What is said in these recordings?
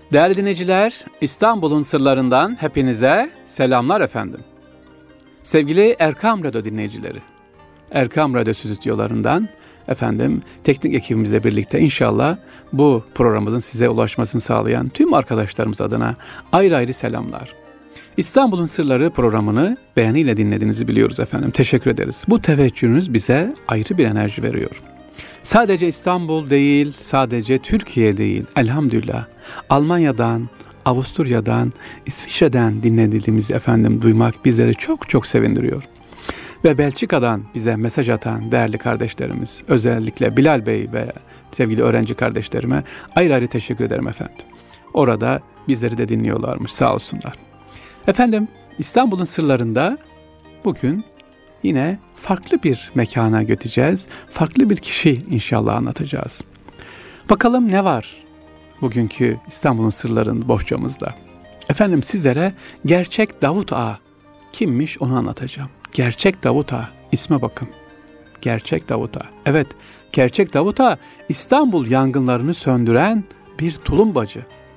Değerli dinleyiciler, İstanbul'un sırlarından hepinize selamlar efendim. Sevgili Erkam Radyo dinleyicileri, Erkam Radyo stüdyolarından efendim teknik ekibimizle birlikte inşallah bu programımızın size ulaşmasını sağlayan tüm arkadaşlarımız adına ayrı ayrı selamlar. İstanbul'un Sırları programını beğeniyle dinlediğinizi biliyoruz efendim. Teşekkür ederiz. Bu teveccühünüz bize ayrı bir enerji veriyor. Sadece İstanbul değil, sadece Türkiye değil, elhamdülillah Almanya'dan, Avusturya'dan, İsviçre'den dinlediğimizi efendim duymak bizleri çok çok sevindiriyor. Ve Belçika'dan bize mesaj atan değerli kardeşlerimiz, özellikle Bilal Bey ve sevgili öğrenci kardeşlerime ayrı ayrı teşekkür ederim efendim. Orada bizleri de dinliyorlarmış, sağ olsunlar. Efendim, İstanbul'un sırlarında bugün yine farklı bir mekana götüreceğiz. Farklı bir kişi inşallah anlatacağız. Bakalım ne var bugünkü İstanbul'un sırlarının bohçamızda. Efendim sizlere gerçek Davut Ağa kimmiş onu anlatacağım. Gerçek Davut Ağa, isme bakın. Gerçek Davut Ağa. Evet, gerçek Davut Ağa İstanbul yangınlarını söndüren bir tulumbacı.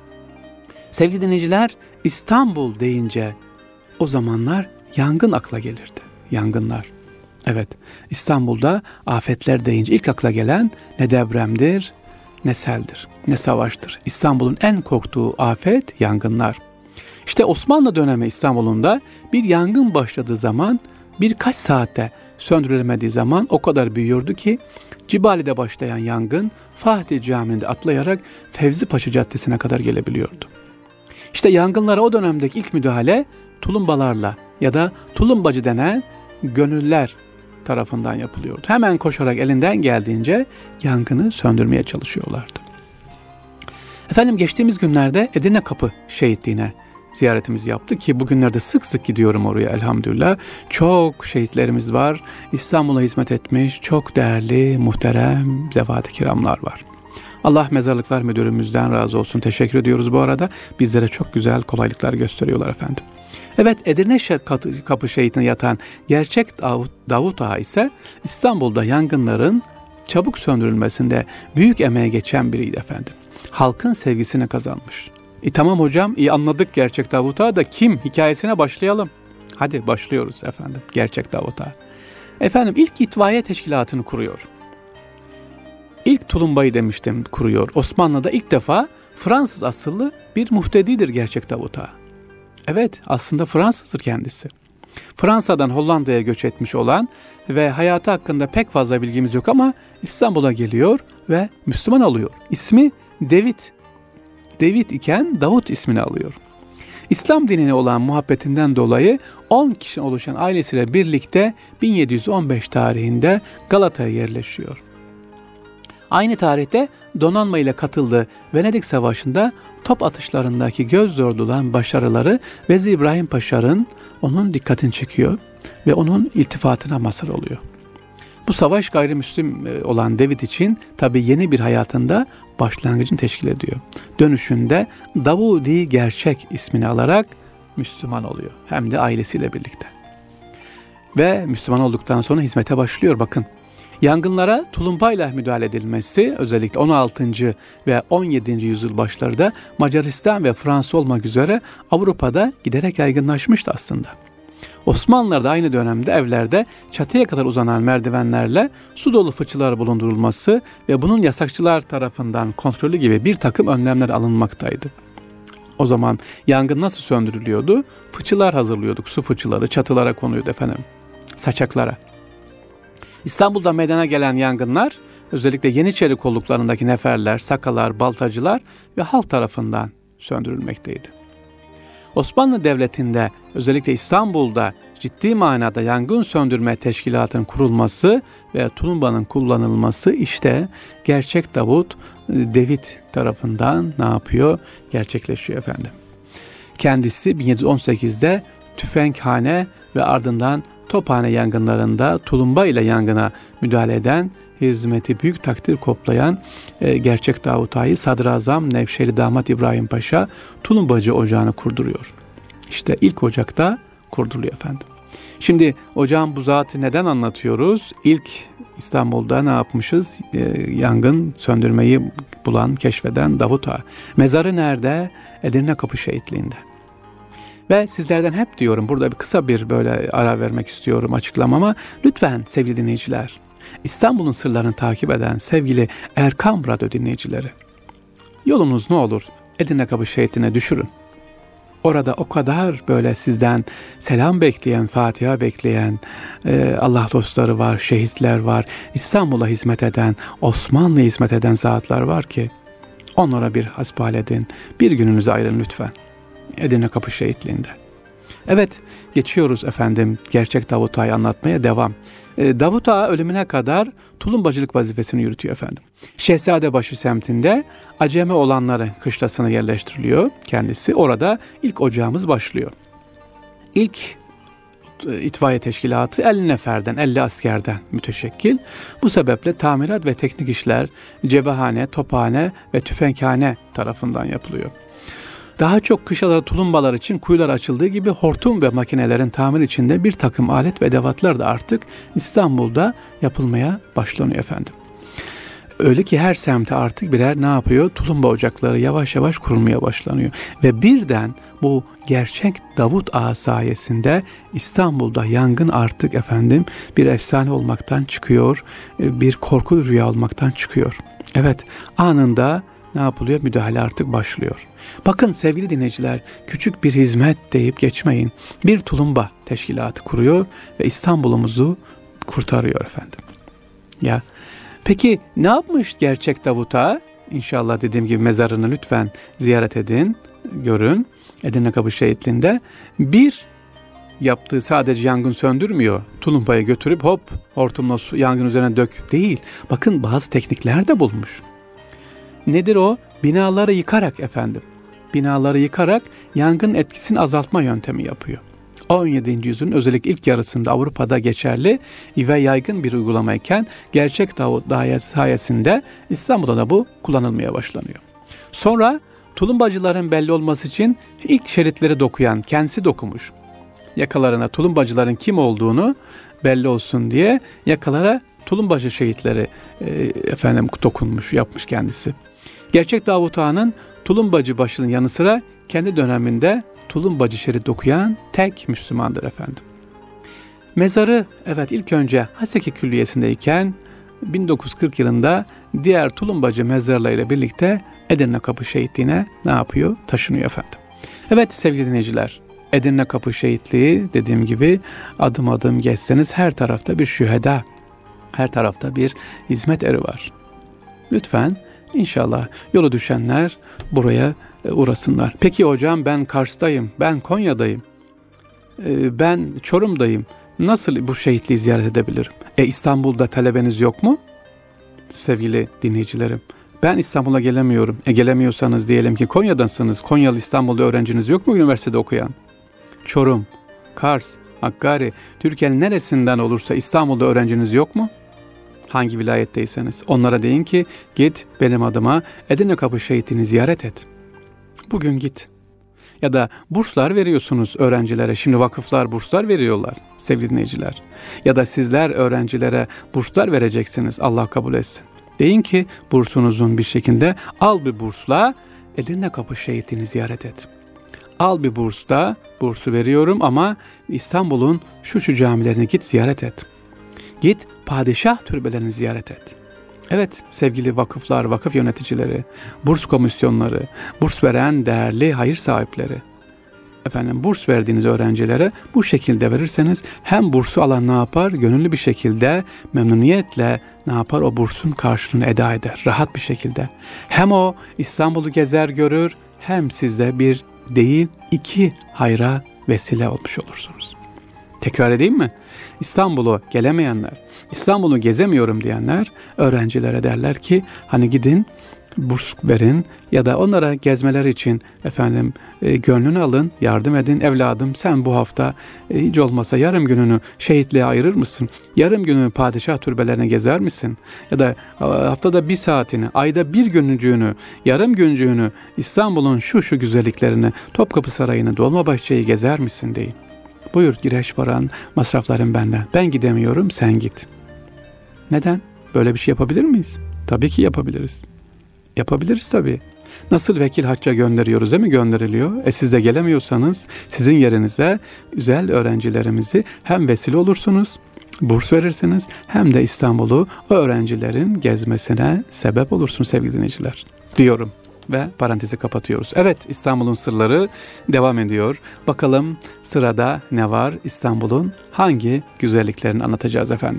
Sevgili dinleyiciler, İstanbul deyince o zamanlar yangın akla gelirdi. Yangınlar. Evet, İstanbul'da afetler deyince ilk akla gelen ne depremdir, ne seldir, ne savaştır. İstanbul'un en korktuğu afet yangınlar. İşte Osmanlı dönemi İstanbul'unda bir yangın başladığı zaman birkaç saatte söndürülemediği zaman o kadar büyüyordu ki Cibali'de başlayan yangın Fatih Camii'nde atlayarak Fevzi Paşa Caddesi'ne kadar gelebiliyordu. İşte yangınlara o dönemdeki ilk müdahale tulumbalarla ya da tulumbacı denen gönüller tarafından yapılıyordu. Hemen koşarak elinden geldiğince yangını söndürmeye çalışıyorlardı. Efendim geçtiğimiz günlerde Edirne Kapı Şehitliği'ne ziyaretimizi yaptık ki bugünlerde sık sık gidiyorum oraya elhamdülillah. Çok şehitlerimiz var. İstanbul'a hizmet etmiş çok değerli, muhterem zevat-ı kiramlar var. Allah mezarlıklar müdürümüzden razı olsun. Teşekkür ediyoruz bu arada. Bizlere çok güzel kolaylıklar gösteriyorlar efendim. Evet, Edirne Kapı Şehitliği'ne yatan gerçek Davut Ağa ise İstanbul'da yangınların çabuk söndürülmesinde büyük emeğe geçen biriydi efendim. Halkın sevgisini kazanmış. Tamam hocam, iyi anladık gerçek Davut Ağa da kim? Hikayesine başlayalım. Hadi başlıyoruz efendim. Gerçek Davut Ağa. Efendim ilk itfaiye teşkilatını kuruyor. İlk tulumbayı demiştim kuruyor. Osmanlı'da ilk defa Fransız asıllı bir muhtedidir gerçek Davut Ağa. Evet, aslında Fransızdır kendisi. Fransa'dan Hollanda'ya göç etmiş olan ve hayatı hakkında pek fazla bilgimiz yok ama İstanbul'a geliyor ve Müslüman oluyor. İsmi David. David iken Davut ismini alıyor. İslam dinine olan muhabbetinden dolayı 10 kişiden oluşan ailesiyle birlikte 1715 tarihinde Galata'ya yerleşiyor. Aynı tarihte donanma ile katıldığı Venedik Savaşı'nda top atışlarındaki göz zordulan başarıları Vezir İbrahim Paşa'nın onun dikkatini çekiyor ve onun iltifatına mazhar oluyor. Bu savaş gayrimüslim olan David için tabii yeni bir hayatında başlangıcını teşkil ediyor. Dönüşünde Davudi Gerçek ismini alarak Müslüman oluyor. Hem de ailesiyle birlikte. Ve Müslüman olduktan sonra hizmete başlıyor bakın. Yangınlara tulumbayla müdahale edilmesi özellikle 16. ve 17. yüzyıl başlarında Macaristan ve Fransa olmak üzere Avrupa'da giderek yaygınlaşmıştı aslında. Osmanlılar da aynı dönemde evlerde çatıya kadar uzanan merdivenlerle su dolu fıçılar bulundurulması ve bunun yasakçılar tarafından kontrolü gibi bir takım önlemler alınmaktaydı. O zaman yangın nasıl söndürülüyordu? Fıçılar hazırlıyorduk, su fıçıları çatılara konuyordu efendim, saçaklara. İstanbul'da meydana gelen yangınlar özellikle Yeniçeri kolluklarındaki neferler, sakalar, baltacılar ve halk tarafından söndürülmekteydi. Osmanlı Devleti'nde özellikle İstanbul'da ciddi manada yangın söndürme teşkilatının kurulması ve tulumbanın kullanılması işte gerçek David tarafından ne yapıyor? Gerçekleşiyor efendim. Kendisi 1718'de Tüfenkhane ve ardından Tophane yangınlarında tulumba ile yangına müdahale eden, hizmeti büyük takdir koplayan gerçek Davut Ağa'yı Sadrazam Nevşehirli Damat İbrahim Paşa Tulumbacı Ocağı'nı kurduruyor. İşte ilk ocakta kurduruluyor efendim. Şimdi hocam bu zatı neden anlatıyoruz? İlk İstanbul'da ne yapmışız? Yangın söndürmeyi bulan, keşfeden Davut Ağa. Mezarı nerede? Edirne Kapı Şehitliği'nde. Ve sizlerden hep diyorum, burada bir kısa bir böyle ara vermek istiyorum açıklamama. Lütfen sevgili dinleyiciler, İstanbul'un sırlarını takip eden sevgili Erkam Radyo dinleyicileri, yolunuz ne olur Edirne Kapı Şehitliği'ne düşürün. Orada o kadar böyle sizden selam bekleyen, Fatiha bekleyen Allah dostları var, şehitler var, İstanbul'a hizmet eden, Osmanlı'ya hizmet eden zatlar var ki onlara bir hasbihal edin, bir gününüzü ayırın lütfen Edirne Kapı Şehitliği'nde. Evet, geçiyoruz efendim gerçek Davut Ağa'yı anlatmaya devam. Davut Ağa ölümüne kadar tulumbacılık vazifesini yürütüyor efendim. Şehzadebaşı semtinde Acemi olanların kışlasına yerleştiriliyor kendisi. Orada ilk ocağımız başlıyor. İlk itfaiye teşkilatı 50 neferden, 50 askerden müteşekkil. Bu sebeple tamirat ve teknik işler cephane, tophane ve tüfekhane tarafından yapılıyor. Daha çok kışlalara tulumbalar için kuyular açıldığı gibi hortum ve makinelerin tamir içinde bir takım alet ve edevatlar da artık İstanbul'da yapılmaya başlanıyor efendim. Öyle ki her semte artık birer ne yapıyor? Tulumba ocakları yavaş yavaş kurulmaya başlanıyor. Ve birden bu gerçek Davut Ağa sayesinde İstanbul'da yangın artık efendim bir efsane olmaktan çıkıyor, bir korku rüya olmaktan çıkıyor. Evet, anında ne yapılıyor? Müdahale artık başlıyor. Bakın sevgili dinleyiciler, küçük bir hizmet deyip geçmeyin. Bir tulumba teşkilatı kuruyor ve İstanbul'umuzu kurtarıyor efendim. Ya, peki ne yapmış gerçek Davut Ağa? İnşallah dediğim gibi mezarını lütfen ziyaret edin, görün. Edirne Kapı Şehitliği'nde bir yaptığı sadece yangın söndürmüyor. Tulumbayı götürüp hop hortumla su yangın üzerine dök değil. Bakın bazı teknikler de bulmuş. Nedir o? Binaları yıkarak efendim. Binaları yıkarak yangın etkisini azaltma yöntemi yapıyor. 17. yüzyılın özellikle ilk yarısında Avrupa'da geçerli ve yaygın bir uygulamayken gerçek Davut Ağa sayesinde İstanbul'da da bu kullanılmaya başlanıyor. Sonra tulumbacıların belli olması için ilk şeritleri dokuyan kendisi dokumuş. Yakalarına tulumbacıların kim olduğunu belli olsun diye yakalara tulumbacı şehitleri dokunmuş, yapmış kendisi. Gerçek Davut Ağa'nın tulumbacı başının yanı sıra kendi döneminde tulumbacı şerit okuyan tek Müslümandır efendim. Mezarı evet ilk önce Haseki Külliyesi'ndeyken 1940 yılında diğer tulumbacı mezarlarıyla birlikte Edirne Kapı Şehitliği'ne ne yapıyor? Taşınıyor efendim. Evet sevgili dinleyiciler, Edirne Kapı Şehitliği dediğim gibi adım adım geçseniz her tarafta bir şüheda, her tarafta bir hizmet eri var. Lütfen İnşallah yolu düşenler buraya uğrasınlar. Peki hocam ben Kars'tayım, ben Konya'dayım, ben Çorum'dayım. Nasıl bu şehitliği ziyaret edebilirim? İstanbul'da talebeniz yok mu? Sevgili dinleyicilerim, ben İstanbul'a gelemiyorum. Gelemiyorsanız diyelim ki Konya'dansınız. Konyalı İstanbul'da öğrenciniz yok mu üniversitede okuyan? Çorum, Kars, Hakkari, Türkiye'nin neresinden olursa İstanbul'da öğrenciniz yok mu? Hangi vilayetteyseniz onlara deyin ki git benim adıma Edirne Kapı Şehitliği'ni ziyaret et. Bugün git. Ya da burslar veriyorsunuz öğrencilere. Şimdi vakıflar burslar veriyorlar sevgili dinleyiciler. Ya da sizler öğrencilere burslar vereceksiniz. Allah kabul etsin. Deyin ki bursunuzun bir şekilde al bir bursla Edirne Kapı Şehitliği'ni ziyaret et. Al bir bursla bursu veriyorum ama İstanbul'un şu camilerini git ziyaret et. Git padişah türbelerini ziyaret et. Evet sevgili vakıflar, vakıf yöneticileri, burs komisyonları, burs veren değerli hayır sahipleri. Efendim burs verdiğiniz öğrencilere bu şekilde verirseniz hem bursu alan ne yapar? Gönüllü bir şekilde, memnuniyetle ne yapar? O bursun karşılığını eda eder rahat bir şekilde. Hem o İstanbul'u gezer görür hem sizde bir değil iki hayra vesile olmuş olursunuz. Tekrar edeyim mi? İstanbul'u gelemeyenler, İstanbul'u gezemiyorum diyenler öğrencilere derler ki hani gidin burs verin ya da onlara gezmeler için efendim gönlünü alın, yardım edin. Evladım sen bu hafta hiç olmasa yarım gününü şehitliğe ayırır mısın? Yarım günü padişah türbelerine gezer misin? Ya da haftada bir saatini, ayda bir güncüğünü, yarım güncüğünü İstanbul'un şu güzelliklerini, Topkapı Sarayı'nı, Dolmabahçe'yi gezer misin deyin. Buyur gireç paran, masrafların benden. Ben gidemiyorum, sen git. Neden? Böyle bir şey yapabilir miyiz? Tabii ki yapabiliriz. Yapabiliriz tabii. Nasıl vekil hacca gönderiyoruz değil mi? Gönderiliyor. Siz de gelemiyorsanız sizin yerinize güzel öğrencilerimizi hem vesile olursunuz, burs verirsiniz, hem de İstanbul'u o öğrencilerin gezmesine sebep olursunuz sevgili dinleyiciler diyorum. Ve parantezi kapatıyoruz. Evet, İstanbul'un sırları devam ediyor. Bakalım sırada ne var? İstanbul'un hangi güzelliklerini anlatacağız efendim?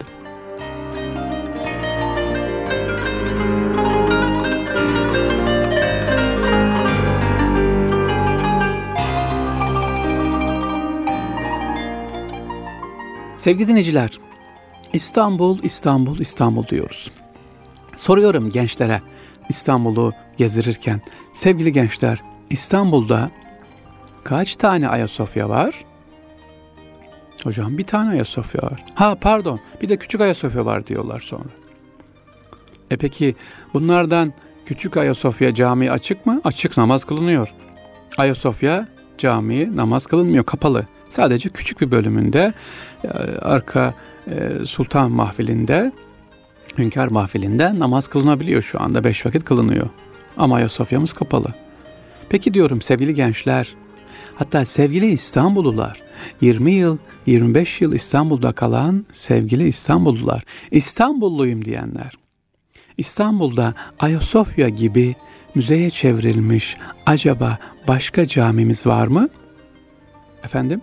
Sevgili dinleyiciler, İstanbul, İstanbul, İstanbul diyoruz. Soruyorum gençlere İstanbul'u gezdirirken, sevgili gençler, İstanbul'da kaç tane Ayasofya var? Hocam bir tane Ayasofya var. Pardon, bir de küçük Ayasofya var diyorlar sonra. Peki bunlardan küçük Ayasofya Camii açık mı? Açık, namaz kılınıyor. Ayasofya Camii namaz kılınmıyor, kapalı. Sadece küçük bir bölümünde arka Sultan Mahfili'nde, Hünkâr Mahfili'nde namaz kılınabiliyor şu anda. 5 vakit kılınıyor. Ama Ayasofya'mız kapalı. Peki diyorum sevgili gençler, hatta sevgili İstanbullular, 20 yıl, 25 yıl İstanbul'da kalan sevgili İstanbullular, İstanbulluyum diyenler, İstanbul'da Ayasofya gibi müzeye çevrilmiş acaba başka camimiz var mı? Efendim?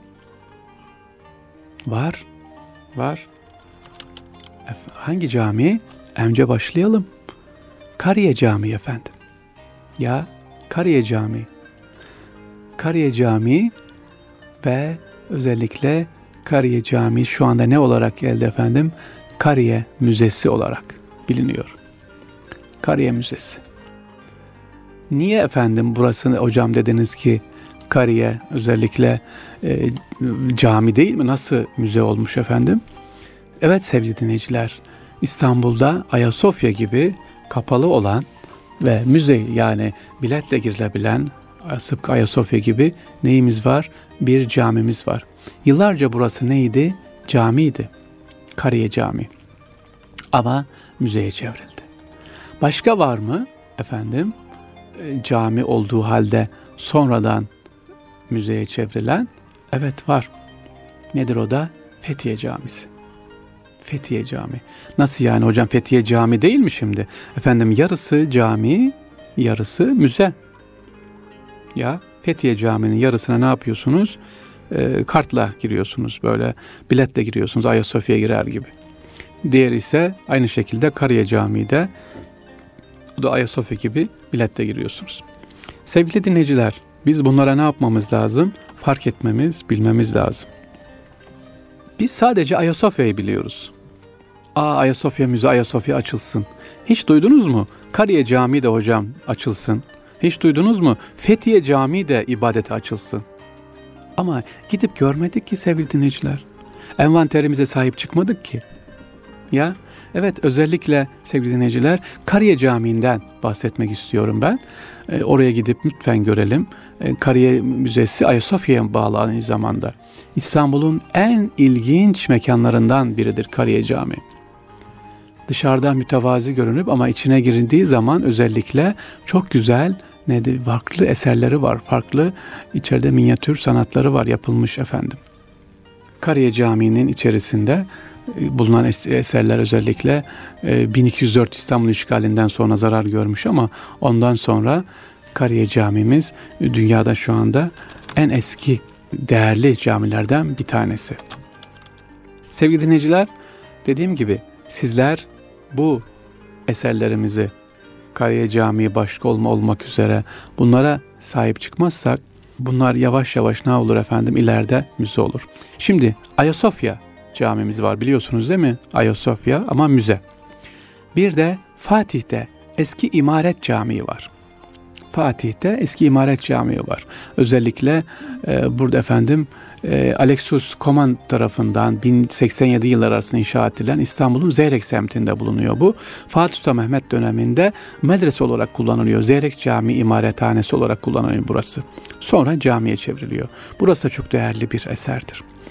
Var. Hangi cami? Önce başlayalım. Kariye Camii efendim. Ya, Kariye Camii. Kariye Camii ve özellikle Kariye Camii şu anda ne olarak geldi efendim? Kariye Müzesi olarak biliniyor. Kariye Müzesi. Niye efendim burasını hocam dediniz ki Kariye özellikle cami değil mi? Nasıl müze olmuş efendim? Evet sevgili dinleyiciler, İstanbul'da Ayasofya gibi kapalı olan ve müze, yani biletle girilebilen, tıpkı Ayasofya gibi neyimiz var? Bir camimiz var. Yıllarca burası neydi? Camiydi. Kariye Camii. Ama müzeye çevrildi. Başka var mı efendim? Cami olduğu halde sonradan müzeye çevrilen? Evet var. Nedir o da? Fethiye Camisi. Fethiye Camii. Nasıl yani hocam, Fethiye Camii değil mi şimdi? Efendim yarısı cami, yarısı müze. Ya Fethiye Camii'nin yarısına ne yapıyorsunuz? Kartla giriyorsunuz, böyle biletle giriyorsunuz, Ayasofya'ya girer gibi. Diğeri ise aynı şekilde Kariye Camii'de, o da Ayasofya gibi biletle giriyorsunuz. Sevgili dinleyiciler, biz bunlara ne yapmamız lazım? Fark etmemiz, bilmemiz lazım. Biz sadece Ayasofya'yı biliyoruz. Ayasofya Müze, Ayasofya açılsın. Hiç duydunuz mu? Kariye Camii de hocam açılsın. Hiç duydunuz mu? Fethiye Camii de ibadete açılsın. Ama gidip görmedik ki sevgili dinleyiciler. Envanterimize sahip çıkmadık ki. Ya evet, özellikle sevgili dinleyiciler Kariye Camii'nden bahsetmek istiyorum ben. Oraya gidip lütfen görelim. Kariye Müzesi Ayasofya'ya bağlı aynı zamanda. İstanbul'un en ilginç mekanlarından biridir Kariye Camii. Dışarıdan mütevazi görünüp ama içine girildiği zaman özellikle çok güzel farklı eserleri var. Farklı içeride minyatür sanatları var yapılmış efendim. Kariye Camii'nin içerisinde bulunan eserler özellikle 1204 İstanbul işgalinden sonra zarar görmüş ama ondan sonra Kariye Camimiz dünyada şu anda en eski değerli camilerden bir tanesi. Sevgili dinleyiciler, dediğim gibi sizler bu eserlerimizi, Kariye Camii başta olmak üzere bunlara sahip çıkmazsak bunlar yavaş yavaş ne olur efendim? İleride müze olur. Şimdi Ayasofya camimiz var biliyorsunuz değil mi? Ayasofya ama müze. Bir de Fatih'te eski İmaret Camii var. Fatih'te eski İmaret Camii var. Özellikle burada efendim Alexus Koman tarafından 1087 yıllar arasında inşa edilen İstanbul'un Zeyrek semtinde bulunuyor bu. Fatih Sultan Mehmet döneminde medrese olarak kullanılıyor. Zeyrek Camii İmarethanesi olarak kullanılıyor burası. Sonra camiye çevriliyor. Burası da çok değerli bir eserdir.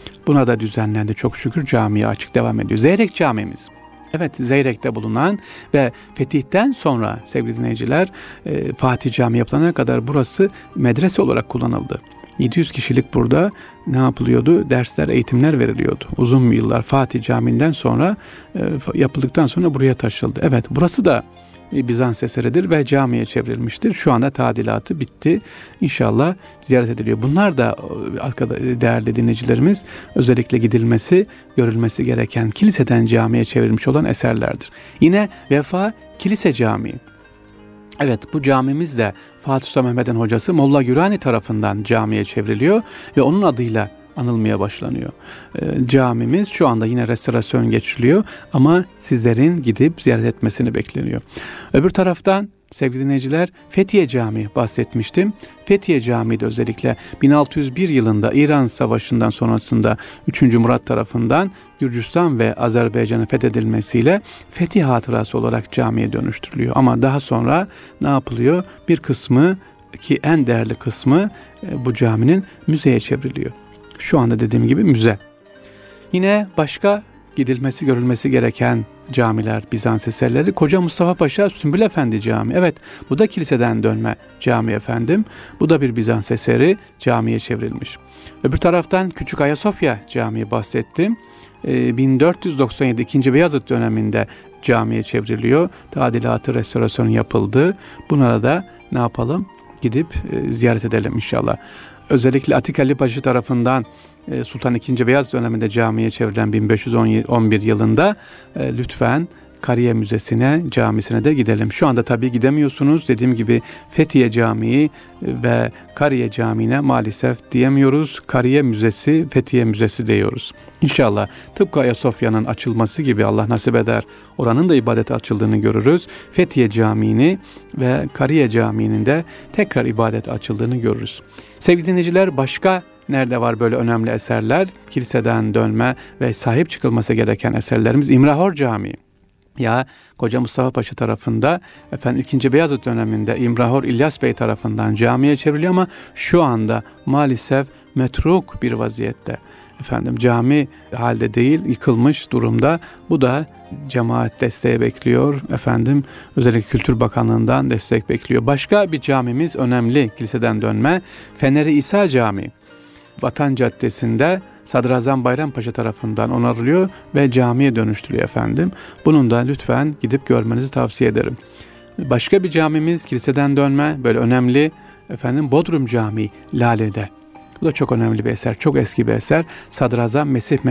Buna da düzenlendi çok şükür, camiye açık devam ediyor. Zeyrek Camimiz. Evet, Zeyrek'te bulunan ve fetihten sonra sevgili dinleyiciler Fatih Camii yapılana kadar burası medrese olarak kullanıldı. 700 kişilik burada ne yapılıyordu? Dersler, eğitimler veriliyordu. Uzun yıllar Fatih Camii'nden sonra yapıldıktan sonra buraya taşıldı. Evet, burası da Bizans eseridir ve camiye çevrilmiştir. Şu anda tadilatı bitti. İnşallah ziyaret ediliyor. Bunlar da değerli dinleyicilerimiz özellikle gidilmesi, görülmesi gereken, kiliseden camiye çevrilmiş olan eserlerdir. Yine Vefa Kilise Camii. Evet, bu camimiz de Fatih Sultan Mehmet'in hocası Molla Gürani tarafından camiye çevriliyor ve onun adıyla anılmaya başlanıyor. Camimiz şu anda yine restorasyon geçiriliyor ama sizlerin gidip ziyaret etmesini bekleniyor. Öbür taraftan sevgili dinleyiciler Fethiye Camii bahsetmiştim. Fethiye Camii de özellikle 1601 yılında İran Savaşı'ndan sonrasında 3. Murat tarafından Gürcistan ve Azerbaycan'ın fethedilmesiyle fetih hatırası olarak camiye dönüştürülüyor. Ama daha sonra ne yapılıyor? Bir kısmı, ki en değerli kısmı bu caminin müzeye çevriliyor. Şu anda dediğim gibi müze. Yine başka gidilmesi, görülmesi gereken camiler, Bizans eserleri. Koca Mustafa Paşa Sümbül Efendi Camii. Evet, bu da kiliseden dönme cami efendim. Bu da bir Bizans eseri, camiye çevrilmiş. Öbür taraftan Küçük Ayasofya Camii bahsettim. 1497 2. Beyazıt döneminde camiye çevriliyor. Tadilatı, restorasyonu yapıldı. Buna da ne yapalım? Gidip ziyaret edelim inşallah. Özellikle Atik Ali Paşa tarafından Sultan II. Beyazıt döneminde camiye çevrilen 1511 yılında lütfen Kariye Müzesi'ne, camisine de gidelim. Şu anda tabii gidemiyorsunuz. Dediğim gibi Fethiye Camii ve Kariye Camii'ne maalesef diyemiyoruz. Kariye Müzesi, Fethiye Müzesi diyoruz. İnşallah tıpkı Ayasofya'nın açılması gibi Allah nasip eder. Oranın da ibadete açıldığını görürüz. Fethiye Camii'ni ve Kariye Camii'nin de tekrar ibadete açıldığını görürüz. Sevgili dinleyiciler, başka nerede var böyle önemli eserler? Kiliseden dönme ve sahip çıkılması gereken eserlerimiz İmrahor Camii. Ya Koca Mustafa Paşa tarafında 2. Beyazıt döneminde İmrahor İlyas Bey tarafından camiye çevriliyor ama şu anda maalesef metruk bir vaziyette. Cami halde değil, yıkılmış durumda. Bu da cemaat desteği bekliyor. Özellikle Kültür Bakanlığı'ndan destek bekliyor. Başka bir camimiz önemli, kiliseden dönme. Fener-i İsa Camii. Vatan Caddesi'nde Sadrazam Bayrampaşa tarafından onarılıyor ve camiye dönüştürülüyor efendim. Bunun da lütfen gidip görmenizi tavsiye ederim. Başka bir camimiz kiliseden dönme, böyle önemli Bodrum Camii Lale'de. Bu da çok önemli bir eser, çok eski bir eser. Sadrazam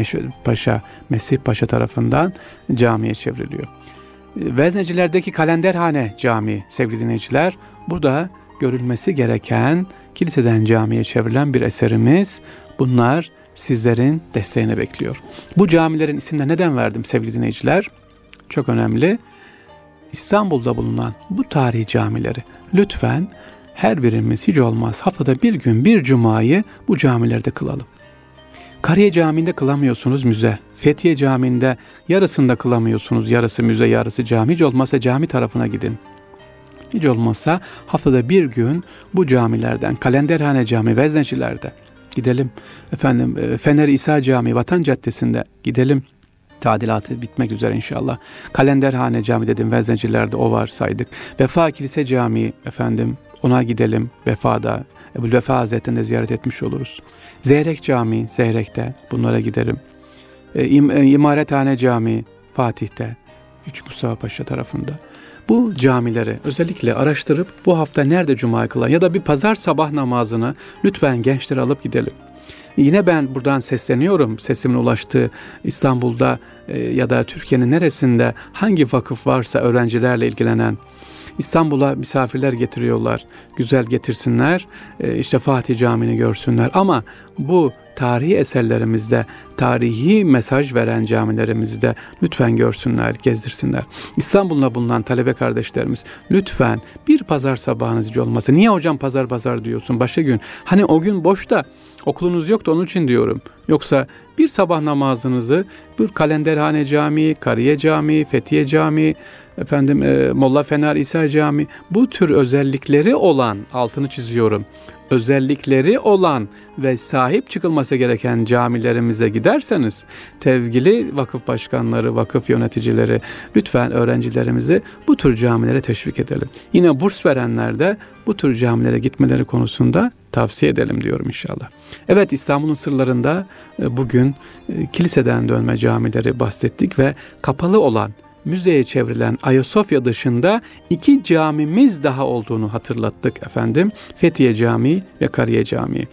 Mesih Paşa tarafından camiye çevriliyor. Veznecilerdeki Kalenderhane Camii sevgili dinleyiciler, bu da görülmesi gereken kiliseden camiye çevrilen bir eserimiz. Bunlar sizlerin desteğini bekliyor. Bu camilerin isimlerini neden verdim sevgili dinleyiciler? Çok önemli. İstanbul'da bulunan bu tarihi camileri lütfen her birimiz hiç olmaz haftada bir gün, bir cumayı bu camilerde kılalım. Kariye Camii'nde kılamıyorsunuz, müze. Fethiye Camii'nde yarısında kılamıyorsunuz, yarısı müze, yarısı cami. Hiç olmazsa cami tarafına gidin. Hiç olmazsa haftada bir gün bu camilerden, Kalenderhane Camii, Veznecilerde gidelim. Fener-i İsa Camii, Vatan Caddesi'nde gidelim. Tadilatı bitmek üzere inşallah. Kalenderhane Camii dedim, Veznecilerde o var saydık. Vefa Kilise Camii ona gidelim. Vefa'da Ebu'l-Vefa Hazretleri'ni de ziyaret etmiş oluruz. Zeyrek Camii, Zeyrek'te bunlara giderim. İmarethane Camii, Fatih'te, Küçük Mustafa Paşa tarafında. Bu camileri özellikle araştırıp bu hafta nerede cuma kılan ya da bir pazar sabah namazını lütfen gençleri alıp gidelim. Yine ben buradan sesleniyorum, sesimin ulaştığı İstanbul'da ya da Türkiye'nin neresinde hangi vakıf varsa öğrencilerle ilgilenen, İstanbul'a misafirler getiriyorlar. Güzel getirsinler, Fatih Camii'ni görsünler. Ama bu tarihi eserlerimizde, tarihi mesaj veren camilerimizde lütfen görsünler, gezdirsinler. İstanbul'da bulunan talebe kardeşlerimiz lütfen bir pazar sabahınız hiç olmasa. Niye hocam pazar diyorsun başka gün? Hani o gün boşta, okulunuz yok da onun için diyorum. Yoksa bir sabah namazınızı bir Kalenderhane Camii, Kariye Camii, Fethiye Camii, Molla Fener İsa Camii, bu tür özellikleri olan, altını çiziyorum, özellikleri olan ve sahip çıkılması gereken camilerimize giderseniz, sevgili vakıf başkanları, vakıf yöneticileri, lütfen öğrencilerimizi bu tür camilere teşvik edelim. Yine burs verenler de bu tür camilere gitmeleri konusunda tavsiye edelim diyorum inşallah. Evet, İstanbul'un sırlarında bugün kiliseden dönme camileri bahsettik ve kapalı olan, müzeye çevrilen Ayasofya dışında 2 camimiz daha olduğunu hatırlattık efendim. Fethiye Camii ve Kariye Camii.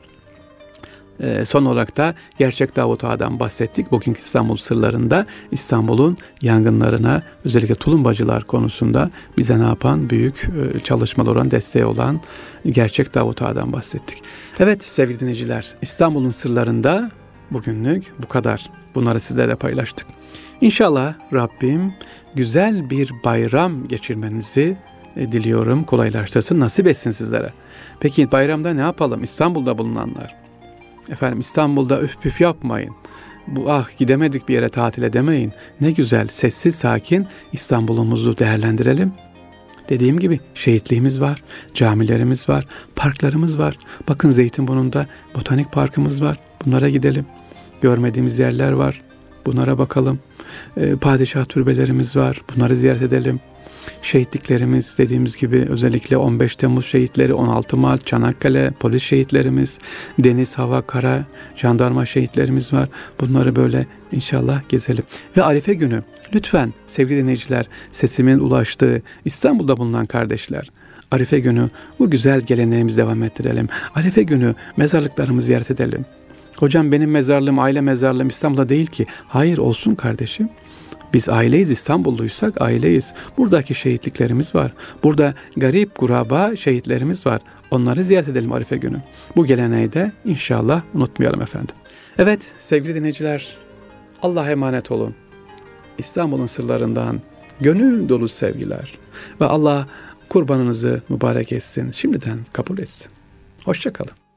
Son olarak da Gerçek Davut Ağa'dan bahsettik. Bugünkü İstanbul sırlarında İstanbul'un yangınlarına, özellikle tulumbacılar konusunda bize ne yapan, büyük çalışmalar olan, desteği olan Gerçek Davut Ağa'dan bahsettik. Evet sevgili dinleyiciler, İstanbul'un sırlarında bugünlük bu kadar. Bunları sizlerle paylaştık. İnşallah Rabbim güzel bir bayram geçirmenizi diliyorum, kolaylaştırsın, nasip etsin sizlere. Peki bayramda ne yapalım? İstanbul'da bulunanlar. Efendim İstanbul'da üf püf yapmayın. Gidemedik bir yere tatile demeyin. Ne güzel, sessiz sakin İstanbul'umuzu değerlendirelim. Dediğim gibi şehitliğimiz var, camilerimiz var, parklarımız var. Bakın Zeytinburnu'nda botanik parkımız var. Bunlara gidelim. Görmediğimiz yerler var. Bunlara bakalım. Padişah türbelerimiz var. Bunları ziyaret edelim. Şehitliklerimiz, dediğimiz gibi özellikle 15 Temmuz şehitleri, 16 Mart, Çanakkale, polis şehitlerimiz, deniz, hava, kara, jandarma şehitlerimiz var. Bunları böyle inşallah gezelim. Ve Arife günü lütfen sevgili dinleyiciler, sesimin ulaştığı İstanbul'da bulunan kardeşler, Arife günü bu güzel geleneğimizi devam ettirelim. Arife günü mezarlıklarımızı ziyaret edelim. Hocam benim mezarlığım, aile mezarlığım İstanbul'da değil ki. Hayır, olsun kardeşim. Biz aileyiz, İstanbulluysak aileyiz. Buradaki şehitliklerimiz var. Burada garip, kuraba şehitlerimiz var. Onları ziyaret edelim Arife günü. Bu geleneği de inşallah unutmayalım efendim. Evet sevgili dinleyiciler, Allah'a emanet olun. İstanbul'un sırlarından gönül dolu sevgiler. Ve Allah kurbanınızı mübarek etsin. Şimdiden kabul etsin. Hoşça kalın.